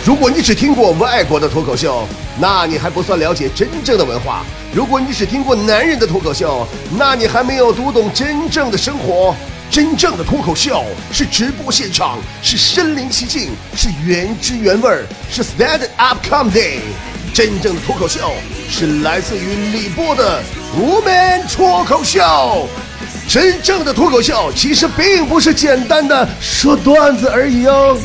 如果你只听过外国的脱口秀，那你还不算了解真正的文化；如果你只听过男人的脱口秀，那你还没有读懂真正的生活。真正的脱口秀是直播现场，是身临其境，是原汁原味，是 stand up comedy。真正的脱口秀是来自于李波的无门脱口秀。真正的脱口秀其实并不是简单的说段子而已哦。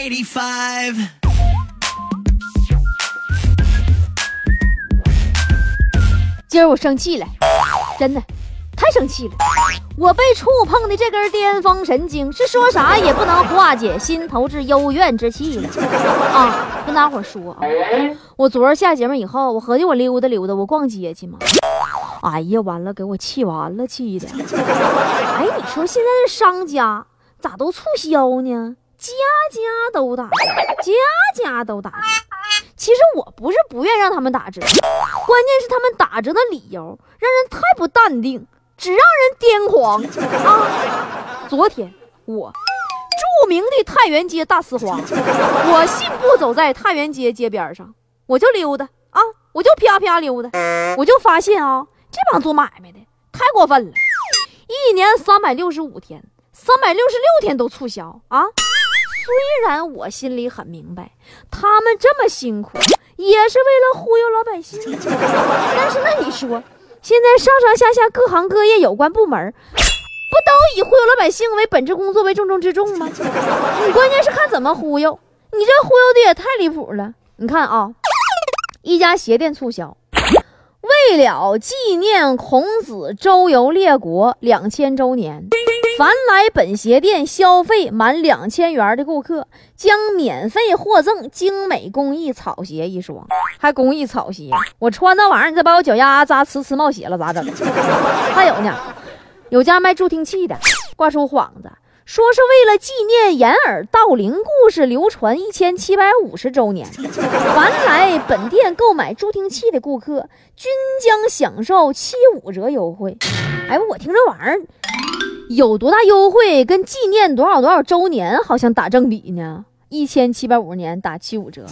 今儿我生气了，真的太生气了。我被触碰的这根巅峰神经是说啥也不能化解心头之幽怨之气了啊！跟大伙说啊，我昨儿下节目以后，我合计我溜达溜达，我逛街去嘛。哎呀，完了，给我气完了，气的。哎，你说现在的商家咋都促销呢？家家都打折，家家都打折。其实我不是不愿让他们打折，关键是他们打折的理由让人太不淡定，只让人癫狂啊！昨天我著名的太原街大呲花，我信步走在太原街街边上，我就溜达啊，我就啪啪溜达，我就发现啊，这帮做买卖的太过分了，一年365天，366天都促销啊！虽然我心里很明白，他们这么辛苦也是为了忽悠老百姓，但是那你说，现在上上下下各行各业有关部门不都以忽悠老百姓为本职工作为重中之重吗？你关键是看怎么忽悠，你这忽悠的也太离谱了。你看啊，一家鞋店促销，为了纪念孔子周游列国2000周年，凡来本鞋店消费满2000元的顾客，将免费获赠精美工艺草鞋一双。还工艺草鞋，我穿那玩意儿，你再把我脚丫扎呲冒血了咋整？还有呢，有家卖助听器的挂出幌子，说是为了纪念掩耳盗铃故事流传1750周年，凡来本店购买助听器的顾客均将享受75折优惠。哎，我听这玩意儿有多大优惠，跟纪念多少周年好像打正比呢？1750年打75折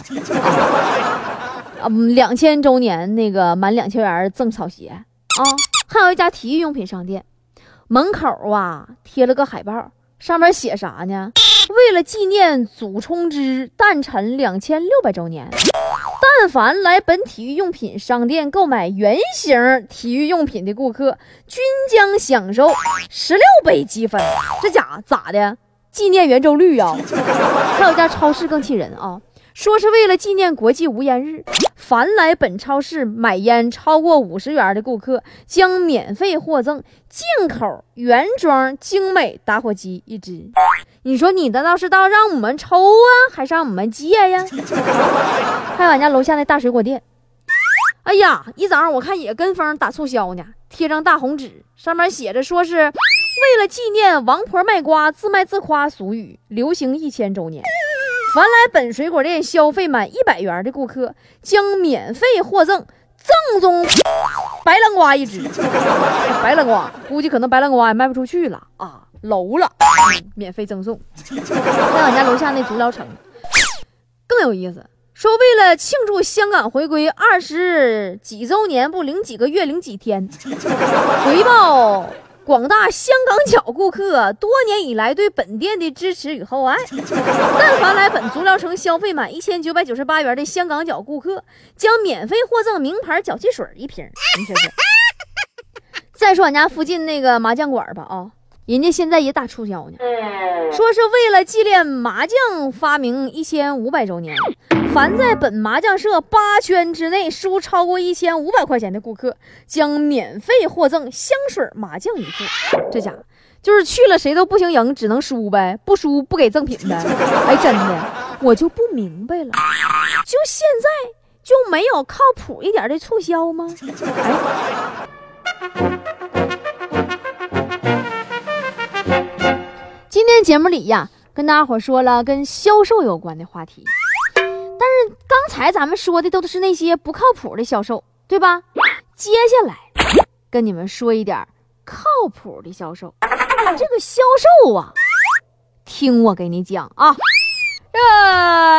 ，2000周年那个满2000元赠草鞋啊！还有一家体育用品商店门口啊贴了个海报，上面写啥呢？为了纪念祖冲之诞辰2600周年，但凡来本体育用品商店购买原型体育用品的顾客，均将享受16倍积分。这家咋的？纪念圆周率啊！还有一家超市更气人啊，说是为了纪念国际无烟日，凡来本超市买烟超过50元的顾客，将免费获赠进口原装精美打火机一支。你说你的倒是到让我们抽啊，还是让我们戒呀？还有俺家楼下那大水果店，哎呀，一早上我看也跟风打促销呢，贴张大红纸，上面写着说是为了纪念王婆卖瓜自卖自夸俗语流行1000周年，凡来本水果店消费满100元的顾客，将免费获赠正宗白南瓜一只。白南瓜估计可能白南瓜也卖不出去了啊，楼了，免费赠送。在俺家楼下那足疗城更有意思，说为了庆祝香港回归20几周年，不领几个月领几天，回报广大香港脚顾客多年以来对本店的支持与厚爱。但凡来本足疗城消费满1998元的香港脚顾客，将免费获赠名牌脚气水一瓶。你说是？再说俺家附近那个麻将馆吧啊，人家现在也打促销呢，说是为了纪念麻将发明1500周年，凡在本麻将社8圈之内输超过1500块钱的顾客，将免费获赠香水麻将一副。这家就是去了谁都不行赢，只能输呗，不输不给赠品呗。哎，真的我就不明白了，就现在就没有靠谱一点的促销吗？今天节目里呀，跟大家伙说了跟销售有关的话题，但是刚才咱们说的都是那些不靠谱的销售，对吧？接下来跟你们说一点靠谱的销售。这个销售啊，听我给你讲啊，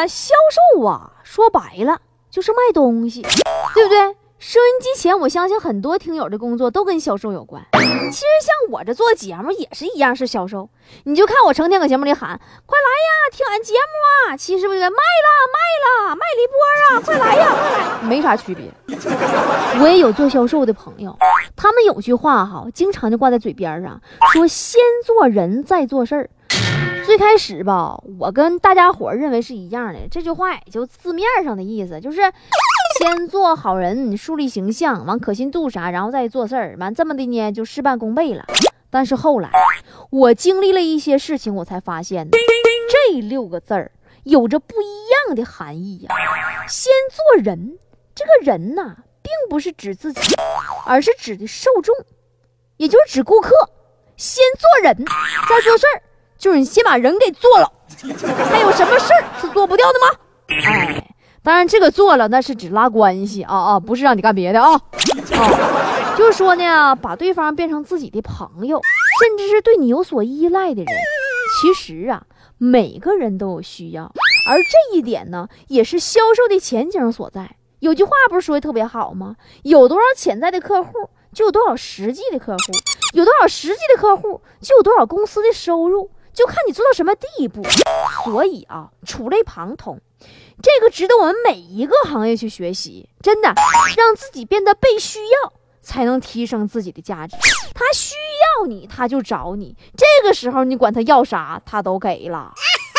个销售啊，说白了就是卖东西，对不对？收音机前，我相信很多听友的工作都跟销售有关。其实像我这做节目也是一样，是销售。你就看我成天搁节目里喊，快来呀，听俺节目啊！其实不是卖了，卖离波啊，快来呀，快来，没啥区别。我也有做销售的朋友，他们有句话哈，经常就挂在嘴边上，说先做人再做事儿。最开始吧，我跟大家伙认为是一样的，这句话也就字面上的意思，就是先做好人，树立形象，完可信度啥，然后再做事儿，完这么的呢就事半功倍了。但是后来我经历了一些事情，我才发现这6个字儿有着不一样的含义呀。先做人，这个人呐，并不是指自己，而是指的受众，也就是指顾客。先做人再做事儿，就是你先把人给做了，还有什么事儿是做不掉的吗？哎，当然这个做了那是指拉关系啊，不是让你干别的啊。就是说呢，把对方变成自己的朋友，甚至是对你有所依赖的人。其实啊，每个人都有需要，而这一点呢，也是销售的前景所在。有句话不是说的特别好吗？有多少潜在的客户，就有多少实际的客户，有多少实际的客户，就有多少公司的收入，就看你做到什么地步。所以啊，触类旁通，这个值得我们每一个行业去学习。真的，让自己变得被需要，才能提升自己的价值。他需要你，他就找你，这个时候你管他要啥，他都给了。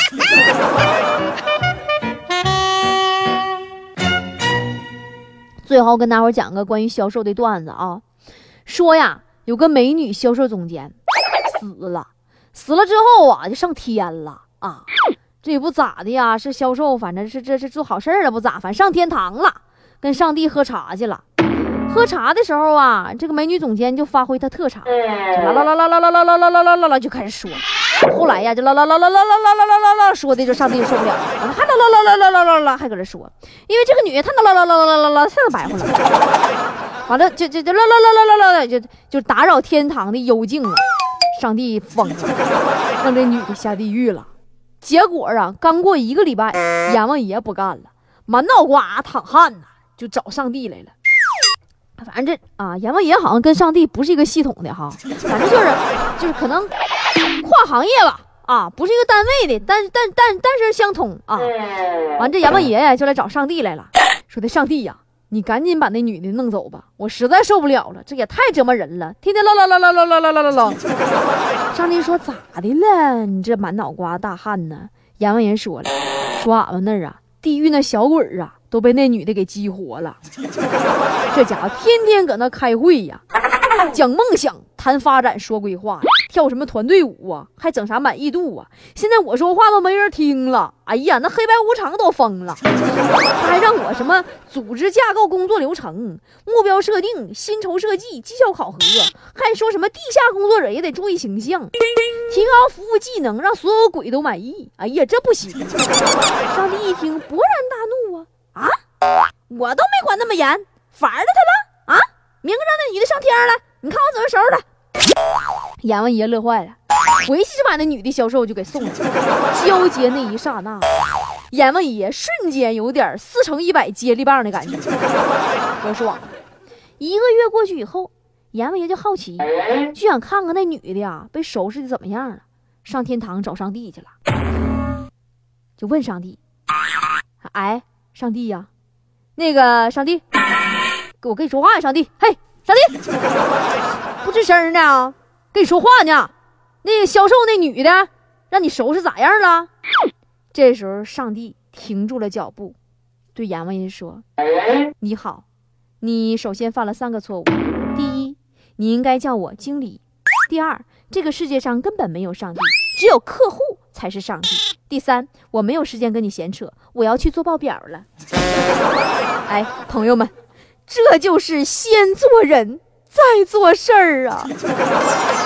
最后跟大伙讲个关于销售的段子啊，说呀，有个美女销售总监死了之后啊，就上天了啊。这也不咋的呀，是销售，反正是这是做好事了，不咋，反正上天堂了，跟上帝喝茶去了。喝茶的时候啊，这个美女总监就发挥她特长，就啦啦啦啦啦啦啦啦啦啦啦啦就开始说。后来呀，就啦啦啦啦啦啦啦啦啦啦啦说的，就上帝就受不了了，还啦啦啦啦啦啦啦啦还搁这说，因为这个女的她啦啦啦啦啦啦啦太白话了，完了就啦啦啦啦啦啦就打扰天堂的幽静了。上帝疯了，让这女的下地狱了。结果啊，刚过1个礼拜，阎王爷不干了，满脑瓜淌汗呐，就找上帝来了。反正这啊，阎王爷好像跟上帝不是一个系统的哈，反正就是可能跨行业吧，啊，不是一个单位的，但是相通啊。完这阎王爷呀就来找上帝来了，说的上帝呀，你赶紧把那女的弄走吧，我实在受不了了，这也太折磨人了，天天唠。上帝说咋的了？你这满脑瓜大汗呢？阎王爷说了，说俺们那儿啊，地狱那小鬼啊，都被那女的给激活了。这家伙天天搁那开会呀，讲梦想，谈发展，说规划，跳什么团队舞啊，还整啥满意度啊。现在我说话都没人听了，哎呀，那黑白无常都疯了。他还让我什么组织架构工作流程、目标设定、薪酬设计、绩效考核，还说什么地下工作者也得注意形象，提高服务技能，让所有鬼都满意。哎呀，这不行！上帝一听勃然大怒啊，我都没管那么严，反而了他了啊！明个让那女的上天了，你看我怎么收拾他。阎王爷乐坏了，回去就把那女的销售就给送了。交接那一刹那，阎王爷瞬间有点4乘100接力棒的感觉，多爽。1个月过去以后，阎王爷就好奇，就想看看那女的呀被收拾的怎么样了，上天堂找上帝去了，就问上帝：哎，上帝呀，那个上帝，我跟你说话呀，上帝，嘿，上帝，不吱声呢，跟你说话呢。那个销售那女的，让你收拾咋样了？这时候上帝停住了脚步，对阎王爷说：你好，你首先犯了3个错误。第一，你应该叫我经理。第二，这个世界上根本没有上帝，只有客户才是上帝。第三，我没有时间跟你闲扯，我要去做报表了。哎，朋友们，这就是先做人再做事儿啊。